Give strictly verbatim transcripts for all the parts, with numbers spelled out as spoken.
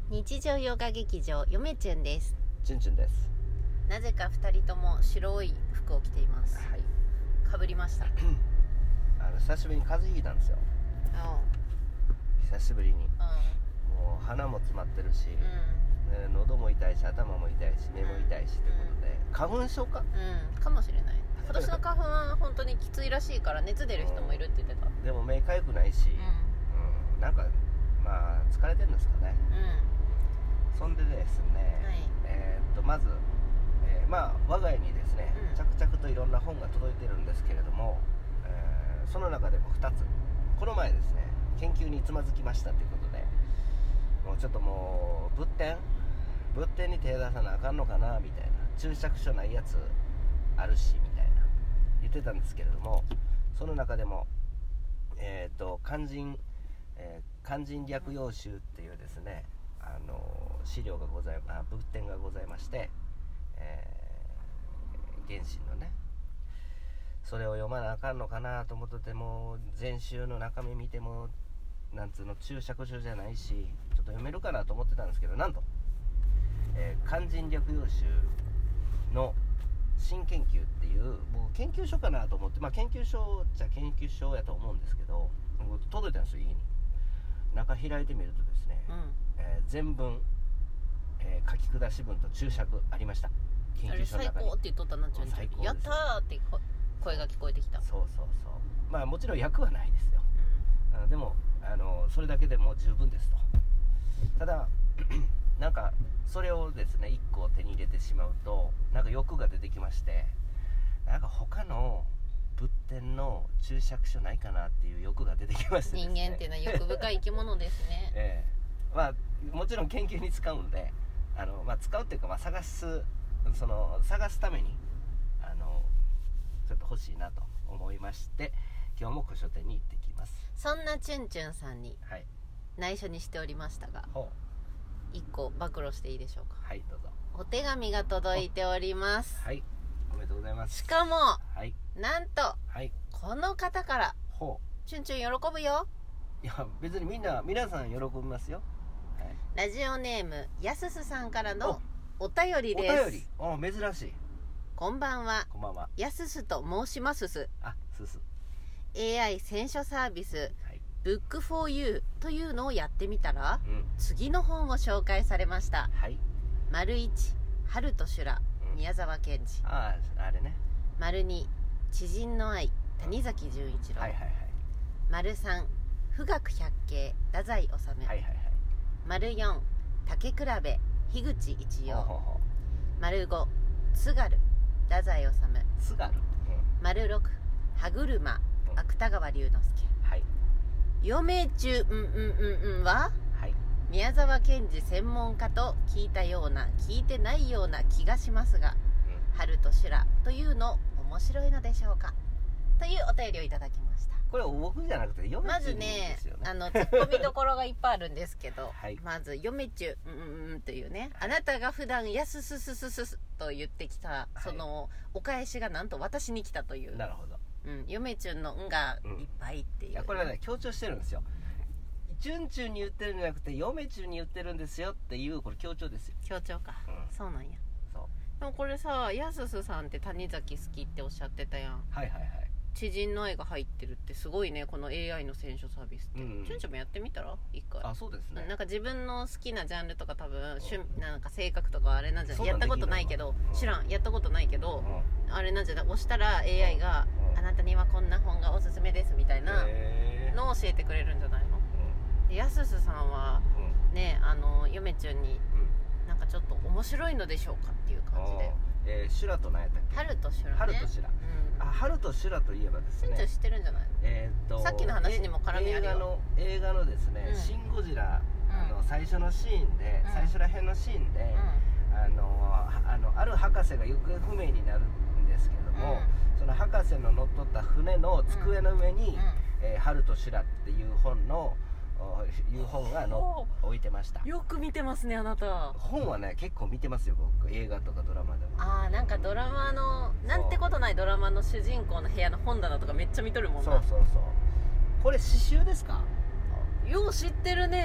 日常ヨガ劇場よめちゅんです。 ちゅんちゅんです。 なぜかふたりとも白い服を着ています。 はい。 かぶりましたあの久しぶりに風邪ひいたんですよ。久しぶりに、 うん、 もう鼻も詰まってるし、 うんね、喉も痛いし頭も痛いし目も痛いしということで、うん、花粉症かうんかもしれない。今年の花粉は本当にきついらしいから熱出る人もいるって言ってた、うん、 でも目かゆくないし、うんうん、なんかまあ疲れてるんですかね、うん、そんでですね、はい、えー、っとまず、えー、まあ我が家にですね、うん、着々といろんな本が届いてるんですけれども、えー、その中でもふたつこの前ですね研究につまずきましたということで、もうちょっともう仏典仏典に手出さなあかんのかなみたいな、注釈書ないやつあるしみたいな言ってたんですけれども、その中でもえっ、ー、と漢人、えー、漢人略要集っていうですね、あの資料がございま仏典がございまして、えー、原神のね、それを読まなあかんのかなと思ってても、全集の中身見てもなんつうの注釈書じゃないし、ちょっと読めるかなと思ってたんですけど、なんと、えー、漢人略要集の新研究っていうもう研究所かなと思って、まあ研究所じゃ研究所やと思うんですけど、届いたんですよ家に。中開いてみるとですね、うん、えー、全文、えー、書き下し文と注釈ありました。研究所の中に。あれ最高って言っとったな、ちゅんちゅん。やったーって声が聞こえてきた。そうそうそう。まあもちろん訳はないですよ、うん、でもあのそれだけでもう十分ですと。ただなんかそれをですねいっこ手に入れてしまうとなんか欲が出てきまして、なんか他の仏典の注釈書ないかなっていう欲が出てきましてですね、 人間っていうのは欲深い生き物ですねええ、まあもちろん研究に使うんで、あの、まあ、使うっていうか、まあ、探すその探すためにあのちょっと欲しいなと思いまして、今日も古書店に行ってきます。 そんなチュンチュンさんに内緒にしておりましたが、はい、いっこ暴露していいでしょうか。 はい、どうぞ。 お手紙が届いております。 はい、おめでとうございます。 しかも、 はい、 なんと、はい、この方からほうチュンチュン喜ぶよ。 いや別にみんな皆さん喜びますよ、はい、 ラジオネームやすすさんからのお便りです。 お便り、お珍しい。 こんばんは。 こんばんは。 やすすと申しますす。 あ、すす。 エーアイ 選書サービス、はい、ブックフォーユーというのをやってみたら、うん、次の本を紹介されました。はい。丸いち、春と修羅、うん、宮沢賢治。 ああ、あれね。 丸に、知人の愛、谷崎潤一郎。はいはいはい。丸さん、富岳百景、太宰治。はいはいはい。丸よん、竹比べ、樋口一葉。ほうほうほう。丸ご、津軽、太宰治。 津軽。うん、 丸ろく、歯車、芥川龍之介。はい。嫁中うんうんうんうんは、はい、宮沢賢治専門家と聞いたような聞いてないような気がしますが、うん、春と修羅というの面白いのでしょうか、というお便りをいただきました。 これ僕じゃなくて嫁中ですよね。 まずね、あのツッコミどころがいっぱいあるんですけど、はい、まず嫁中うんうんうんというね、はい、あなたが普段やすすすすすすと言ってきたそのお返しがなんと私に来たという。 なるほど。 うん、嫁チュンのんがいっぱいっていう、うん、いやこれはね強調してるんですよ。チュンチュンに言ってるんじゃなくて嫁チュンに言ってるんですよっていう、これ強調ですよ。 強調か、うん、そうなんや。 そうでもこれさ、やすすさんって谷崎好きっておっしゃってたやん。 はいはいはい。知人の愛が入ってるってすごいね、この エーアイ の選書サービスって、うんうん、チュンチュンもやってみたら一回。 あ、そうですね。 なんか自分の好きなジャンルとか多分、うん、なんか性格とかあれなんじゃない、やったことないけど、うん、知らんやったことないけど、うん、あれなんじゃない、押したら エーアイ が、うん、あなたにはこんな本がおすすめですみたいなのを教えてくれるんじゃないの。うん、でやすすさんは、うん、ね、あの嫁ちゅんに、うん、なんかちょっと面白いのでしょうかっていう感じで、 えー、修羅と何やったっけ。 春と修羅ね。 春と修羅、うん、あ、春と修羅といえばですね、 しんちゅん知ってるんじゃないの。 えー、っとさっきの話にも絡みあるよ。 映画の映画のですね、うん、シン・ゴジラ、あの最初のシーンで、うん、最初ら辺のシーンで、うん、あのあのある博士が行方不明になるんですけども、うん、その博士の乗っ取った船の机の上に、うん、えー、春と修羅っていう本のいう本がの置いてました。 よく見てますねあなた。 本はね結構見てますよ僕、映画とかドラマでも。 ああ、なんかドラマのなんてことないドラマの主人公の部屋の本棚とかめっちゃ見とるもんな。 そうそうそう。これ刺繍ですか。 よう知ってるね。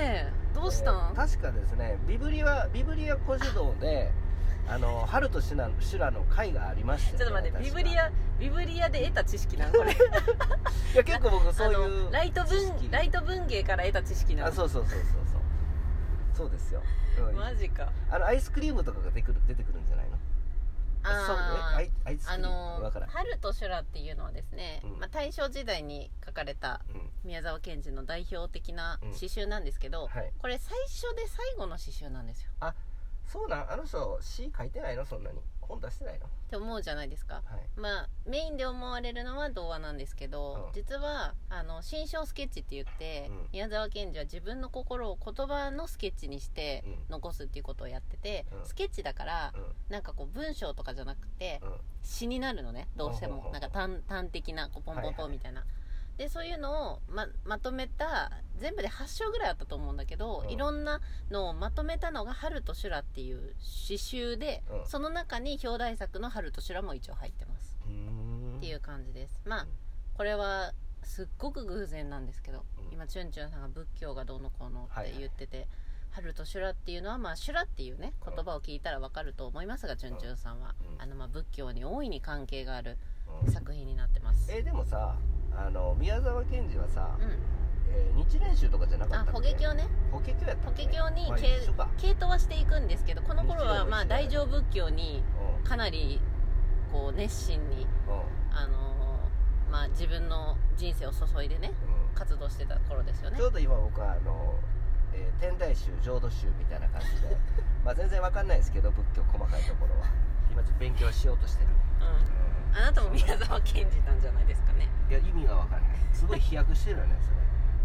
どうしたん、 えー、確かですね、ビブリアビブリア古樹道であの春と修羅の会がありまして、ね、 ちょっと待って、ビブリアビブリアで得た知識なのこれいや結構僕そういうライト文ライト文芸から得た知識なの。 あ、そうそうそうそうそうそうですよ、うん、 マジか。 あのアイスクリームとかが出てくる出てくるんじゃないの。 あああいあのー、春と修羅っていうのはですね、うんまあ、大正時代に書かれた宮沢賢治の代表的な詩集なんですけど、うんはい、これ最初で最後の詩集なんですよ。 あ、そうなん。あの人詩書いてないの？そんなに本出してないのって思うじゃないですか、はい、まあメインで思われるのは童話なんですけど、うん、実はあの心象スケッチって言って、うん、宮沢賢治は自分の心を言葉のスケッチにして残すっていうことをやってて、うん、スケッチだから、うん、なんかこう文章とかじゃなくて、うん、詩になるのね、どうしても、うん、なんか 端, 端的なこうポンポンポンみたいな、はいはい、でそういうのを ま, まとめた全部ではち章ぐらいあったと思うんだけど、うん、いろんなのをまとめたのが春と修羅っていう詩集で、うん、その中に表題作の春と修羅も一応入ってますっていう感じです。まあこれはすっごく偶然なんですけど、うん、今チュンチュンさんが仏教がどうのこうのって言ってて、はいはい、春と修羅っていうのは、まあ修羅っていうね言葉を聞いたらわかると思いますが、うん、チュンチュンさんは、うん、あのまあ仏教に大いに関係がある作品になってます。 うん、えー、でもさ、あの宮沢賢治はさ、うんえー、日蓮宗とかじゃなかったっけ？あ、 法華経ね。 法華経やったっけ？ 法華経に、まあ、系統はしていくんですけど、この頃はまあ大乗仏教にかなりこう熱心に、あのー、まあ自分の人生を注いでね、うん、活動してた頃ですよね。 ちょうど今僕はあの、えー、天台宗、浄土宗みたいな感じでまあ全然わかんないですけど、仏教細かいところは今ちょっと勉強しようとしてる。 うん、あなたも宮沢賢治なんじゃないですかね。 いや意味がわからない。すごい飛躍してるよねそれ。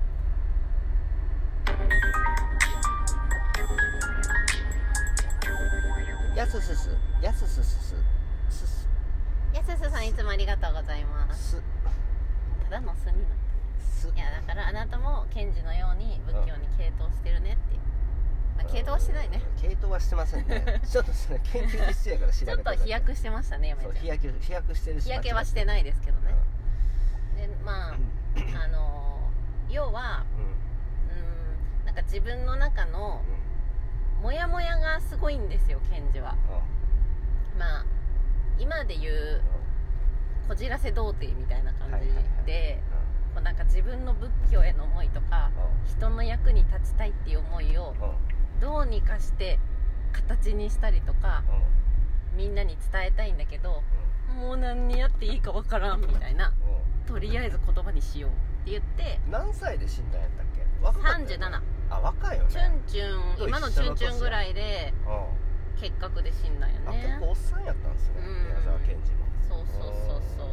やすすすやすすすすすやすすさんいつもありがとうございます。ただのすになっていやだからあなたも賢治のように仏教に傾倒してるねっていう、まあ、傾倒はしてないね。 傾倒はしてませんねちょっとそれ研究必要やから調べてちょっと飛躍してましたね。 そう日焼け飛躍してるし日焼けはしてないですけどね、うん、でまああの要は、うん、なんか自分の中のモヤモヤがすごいんですよ賢治は。まあ今で言うこじらせ童貞みたいな感じで、こうなんか自分の仏教への思いとか人の役に立ちたいっていう思いをどうにかして形にしたりとかみんなに伝えたいんだけど、もう何にやっていいかわからんみたいな、とりあえず言葉にしようって言って。 何歳で死んだんやったっけ？若かったよね。 さんじゅうなな。 あ、若いよね。 チュンチュン今のチュンチュンぐらいで結核で死んだよね。 あ、結構おっさんやったんですね、宮沢賢治も。 そうそうそうそう。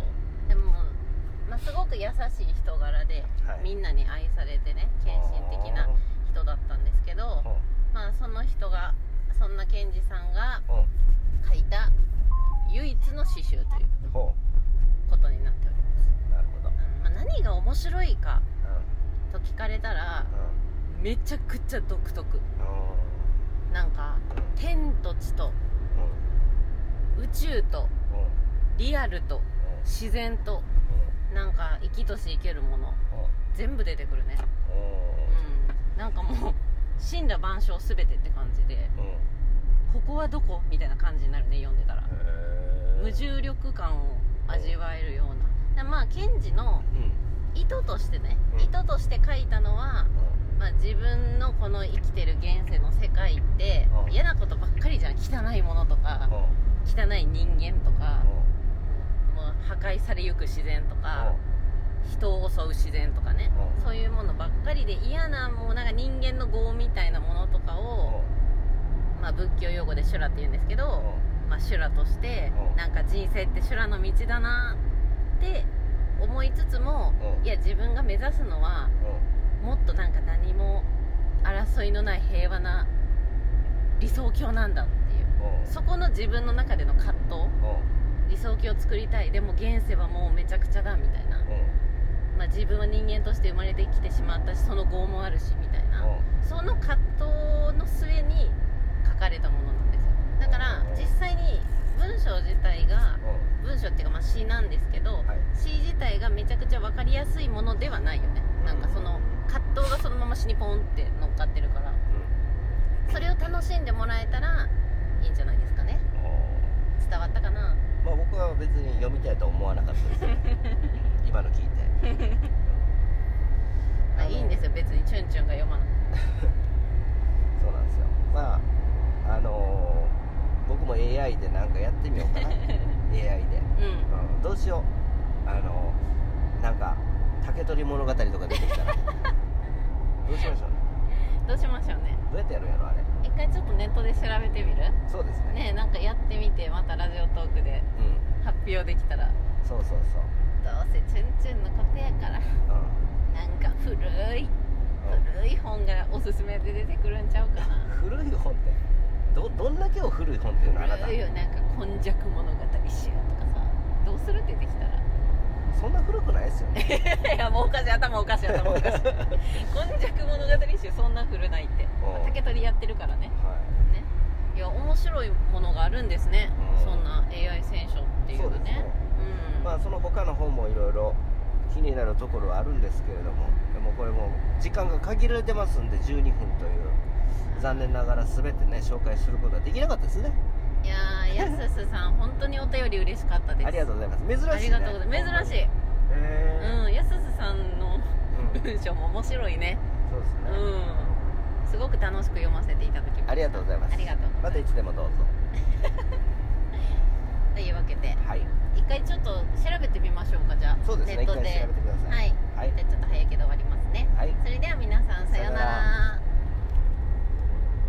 でも、まあ、すごく優しい人柄で、はい、みんなに愛されてね献身的な人だったんですけど、まあその人がそんな賢治さんが書いた唯一の詩集ということになっております。 なるほど。 うんまあ、何が面白いかと聞かれたら、うん、めちゃくちゃ独特。なんか天と地と宇宙とリアルと自然となんか生きとし生けるもの全部出てくるね。うん、なんかもう森羅万象全てって感じで、ここはどこみたいな感じになるね読んでたら。無重力感を味わえるような。まあ賢治の意図としてね、意図として書いたのは、まあ、自分のこの生きてる現世の世界って嫌なことばっかりじゃん。汚いものとか汚い人間とかもう破壊されゆく自然とか人を襲う自然とかね、そういうものばっかりで嫌なもうなんか人間の業みたいなものとかを、まあ、仏教用語で修羅って言うんですけど、まあ、修羅としてなんか人生って修羅の道だなって思いつつも、いや自分が目指すのはもっとなんか何も争いのない平和な理想郷なんだっていう、そこの自分の中での葛藤、理想郷を作りたい、でも現世はもうめちゃくちゃだみたいな、まあ、自分は人間として生まれてきてしまったしその業もあるしみたいな、その葛藤の末に書かれたものなんですよ。だから実際に文章自体が文章っていうかまあ詩なんですけど、詩自体がめちゃくちゃ分かりやすいものではないよね。なんかその葛藤がそのまま端にポンって乗っかってるから、うん、それを楽しんでもらえたらいいんじゃないですかね。伝わったかな。 まあ僕は別に読みたいとは思わなかったですね今の聞いてまあいいんですよ、別にチュンチュンが読まなくてそうなんですよ。まああのー、僕も エーアイ でなんかやってみようかなエーアイ で、うんうん、どうしよう、あのー、なんか竹取物語とか出てきたらどうしましょうね。 どうしましょうね。 どうやってやるんやろあれ。 一回ちょっとネットで調べてみる。 そうですね。 ね、なんかやってみてまたラジオトークで発表できたら、うん、 そうそうそう。 どうせチュンチュンのことやから、うん、なんか古い、うん、古い本がおすすめで出てくるんちゃうかな古い本ってどどんだけを古い本っていうのあなた。 古いよ、なんか今昔物語集とかさ、どうするって出てきたらそんな古くないですよねいやもうおかしい、頭おかしい、頭おかしい今昔物語集そんな古ないって、まあ、竹取やってるからね、はい、ね、いや面白いものがあるんですね、うん、そんな エーアイ 選書っていうのね。そうですね、うん、まあその他の本もいろいろ気になるところはあるんですけれども、でもこれも時間が限られてますんでじゅうにふんという残念ながら全てね紹介することはできなかったですね。いやー、やすすさん本当にお便り嬉しかったです。ありがとうございます。珍しい、ね、ありがとうございます。珍しい。うん、やすすさんの文章も面白いね。そうですね。うん、すごく楽しく読ませていただきました。ありがとうございます。ありがとうございます。またいつでもどうぞというわけで、はい、一回ちょっと調べてみましょうか。じゃあそうですね、ネットで調べてください。はい、はい、じゃあちょっと早いけど終わります。